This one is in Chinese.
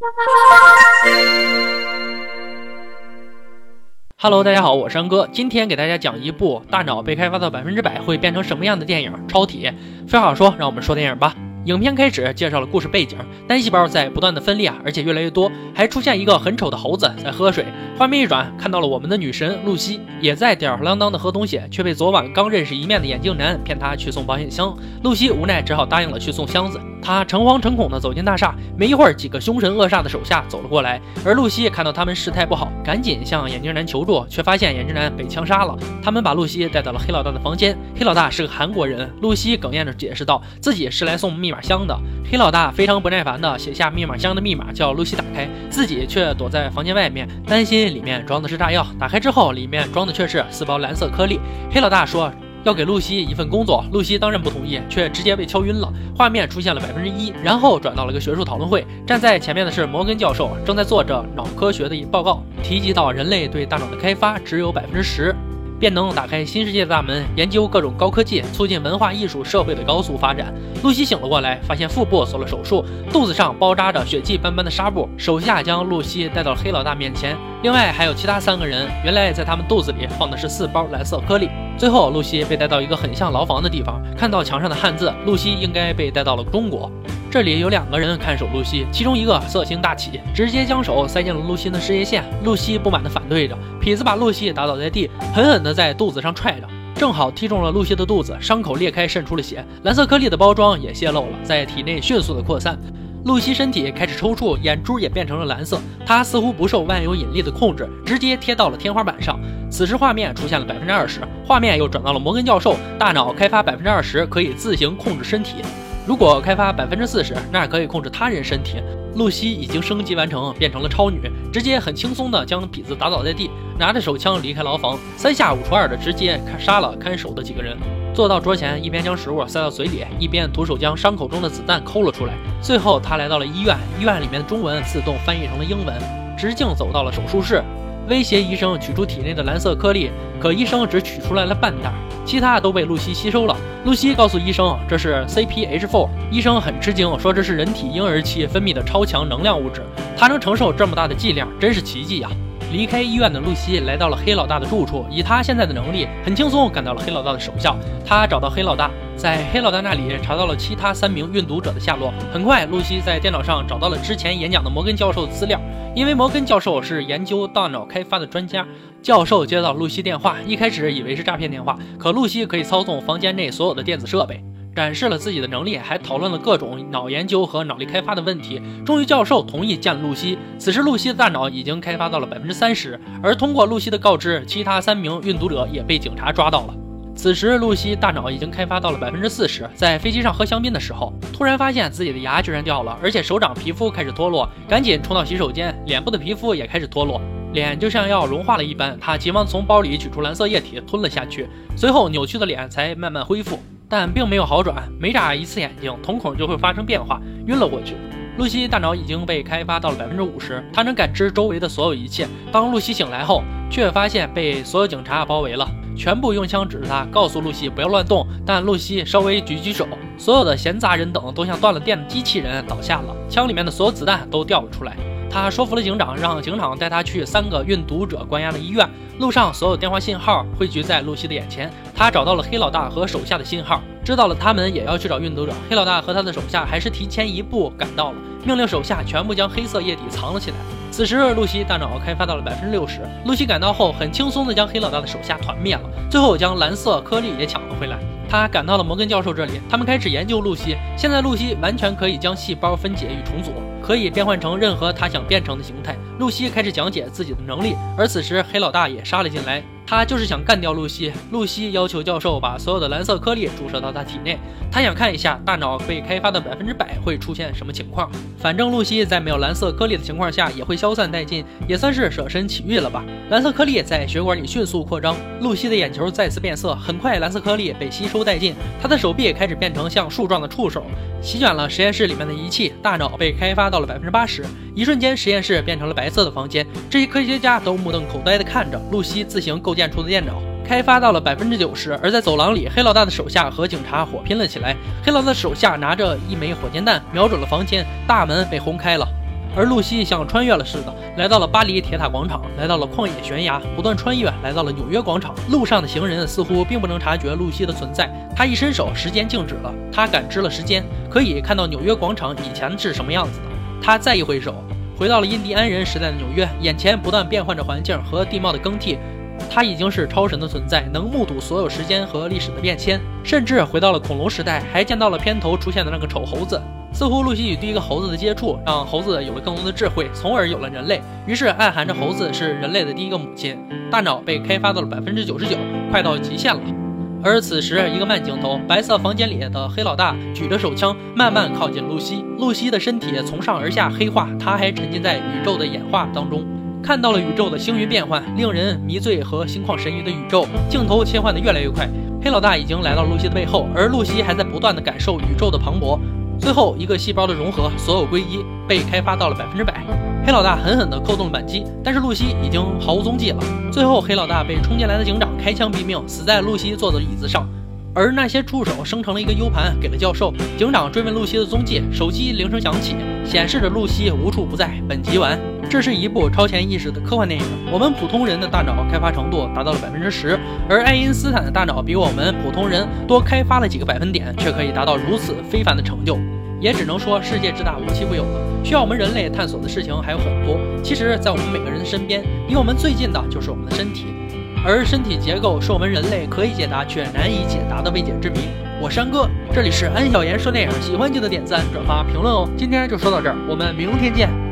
Hello， 大家好，我是安哥，今天给大家讲一部大脑被开发到100%会变成什么样的电影《超体》。废话少说，让我们说电影吧。影片开始介绍了故事背景，单细胞在不断的分裂，而且越来越多，还出现一个很丑的猴子在喝水。画面一转，看到了我们的女神露西也在吊儿郎当的喝东西，却被昨晚刚认识一面的眼镜男骗她去送保险箱。露西无奈只好答应了去送箱子。她诚惶诚恐地走进大厦，没一会儿，几个凶神恶煞的手下走了过来，而露西看到他们事态不好，赶紧向眼镜男求助，却发现眼镜男被枪杀了。他们把露西带到了黑老大的房间，黑老大是个韩国人。露西哽咽着解释道，自己是来送密码箱的。黑老大非常不耐烦地写下密码箱的密码，叫露西打开，自己却躲在房间外面，担心里面装的是炸药。打开之后，里面装的却是4包蓝色颗粒。黑老大说要给露西一份工作，露西当然不同意，却直接被敲晕了。画面出现了1%，然后转到了个学术讨论会，站在前面的是摩根教授，正在做着脑科学的报告，提及到人类对大脑的开发只有10%。便能打开新世界的大门，研究各种高科技，促进文化艺术社会的高速发展。露西醒了过来，发现腹部做了手术，肚子上包扎着血迹斑斑的纱布。手下将露西带到了黑老大面前，另外还有其他3个人，原来在他们肚子里放的是4包蓝色颗粒。最后露西被带到一个很像牢房的地方，看到墙上的汉字，露西应该被带到了中国。这里有2个人看守露西，其中一个色心大起，直接将手塞进了露西的事业线。露西不满地反对着，痞子把露西打倒在地，狠狠地在肚子上踹着，正好踢中了露西的肚子，伤口裂开，渗出了血，蓝色颗粒的包装也泄露了，在体内迅速的扩散。露西身体开始抽搐，眼珠也变成了蓝色，她似乎不受万有引力的控制，直接贴到了天花板上。此时画面出现了20%，画面又转到了摩根教授，大脑开发20%可以自行控制身体，如果开发40%，那可以控制他人身体。露西已经升级完成，变成了超女，直接很轻松地将痞子打倒在地，拿着手枪离开牢房，3下5除2的直接杀了看守的几个人。坐到桌前，一边将食物塞到嘴里，一边徒手将伤口中的子弹抠了出来。最后他来到了医院，医院里面的中文自动翻译成了英文，直径走到了手术室，威胁医生取出体内的蓝色颗粒，可医生只取出来了半袋，其他都被露西吸收了。露西告诉医生这是 CPH4， 医生很吃惊，说这是人体婴儿期分泌的超强能量物质，他能承受这么大的剂量，真是奇迹呀。离开医院的露西来到了黑老大的住处，以他现在的能力，很轻松赶到了黑老大的手下。他找到黑老大，在黑老大那里查到了其他3名运毒者的下落。很快，露西在电脑上找到了之前演讲的摩根教授的资料，因为摩根教授是研究大脑开发的专家。教授接到露西电话，一开始以为是诈骗电话，可露西可以操纵房间内所有的电子设备，展示了自己的能力，还讨论了各种脑研究和脑力开发的问题。终于教授同意见露西，此时露西的大脑已经开发到了30%，而通过露西的告知，其他3名运毒者也被警察抓到了。此时露西大脑已经开发到了40%，在飞机上喝香槟的时候，突然发现自己的牙居然掉了，而且手掌皮肤开始脱落，赶紧冲到洗手间，脸部的皮肤也开始脱落，脸就像要融化了一般。他急忙从包里取出蓝色液体吞了下去，随后扭曲的脸才慢慢恢复，但并没有好转，每眨一次眼睛，瞳孔就会发生变化，晕了过去。露西大脑已经被开发到了50%，她能感知周围的所有一切。当露西醒来后，却发现被所有警察包围了，全部用枪指着她，告诉露西不要乱动。但露西稍微举手，所有的闲杂人等都像断了电的机器人倒下了，枪里面的所有子弹都掉了出来。他说服了警长，让警长带他去3个运毒者关押的医院。路上所有电话信号汇聚在露西的眼前，他找到了黑老大和手下的信号，知道了他们也要去找运毒者。黑老大和他的手下还是提前1步赶到了，命令手下全部将黑色液体藏了起来。此时露西大脑开发到了60%，露西赶到后很轻松地将黑老大的手下团灭了，最后将蓝色颗粒也抢了回来。他赶到了摩根教授这里，他们开始研究露西。现在露西完全可以将细胞分解与重组，可以变换成任何他想变成的形态。露西开始讲解自己的能力，而此时黑老大也杀了进来，他就是想干掉露西。露西要求教授把所有的蓝色颗粒注射到他体内，他想看一下大脑被开发的100%会出现什么情况。反正露西在没有蓝色颗粒的情况下也会消散殆尽，也算是舍身取义了吧。蓝色颗粒在血管里迅速扩张，露西的眼球再次变色，很快蓝色颗粒被吸收殆尽，他的手臂开始变成像树状的触手，席卷了实验室里面的仪器，大脑被开发到了80%。一瞬间，实验室变成了白色的房间，这些科学家都目瞪口呆地看着露西自行构建出的电脑。开发到了90%，而在走廊里，黑老大的手下和警察火拼了起来。黑老大的手下拿着一枚火箭弹，瞄准了房间，大门被轰开了。 而露西像穿越了似的，来到了巴黎铁塔广场，来到了旷野悬崖，不断穿越，来到了纽约广场。路上的行人似乎并不能察觉露西的存在，他一伸手，时间静止了，他感知了时间，可以看到纽约广场以前是什么样子的。他再一挥手，回到了印第安人时代的纽约，眼前不断变换着环境和地貌的更替。他已经是超神的存在，能目睹所有时间和历史的变迁，甚至回到了恐龙时代，还见到了片头出现的那个丑猴子。似乎露西与第一个猴子的接触，让猴子有了更多的智慧，从而有了人类，于是暗含着猴子是人类的第一个母亲。大脑被开发到了99%，快到极限了。而此时一个慢镜头，白色房间里的黑老大举着手枪慢慢靠近露西，露西的身体从上而下黑化，她还沉浸在宇宙的演化当中，看到了宇宙的星云变幻，令人迷醉和心旷神怡的宇宙。镜头切换的越来越快，黑老大已经来到露西的背后，而露西还在不断的感受宇宙的磅礴。最后一个细胞的融合，所有归一，被开发到了100%。黑老大狠狠地扣动了扳机，但是露西已经毫无踪迹了。最后黑老大被冲进来的警长开枪毙命，死在露西坐的椅子上。而那些助手生成了一个 U 盘给了教授。警长追问露西的踪迹，手机铃声响起，显示着露西无处不在。本集完。这是一部超前意识的科幻电影，我们普通人的大脑开发程度达到了10%，而爱因斯坦的大脑比我们普通人多开发了几个百分点，却可以达到如此非凡的成就。也只能说世界之大无奇不有的，需要我们人类探索的事情还有很多。其实在我们每个人的身边，离我们最近的就是我们的身体，而身体结构是我们人类可以解答却难以解答的未解之谜。我山哥，这里是安小言说电影，喜欢记得点赞、转发、评论哦。今天就说到这儿，我们明天见。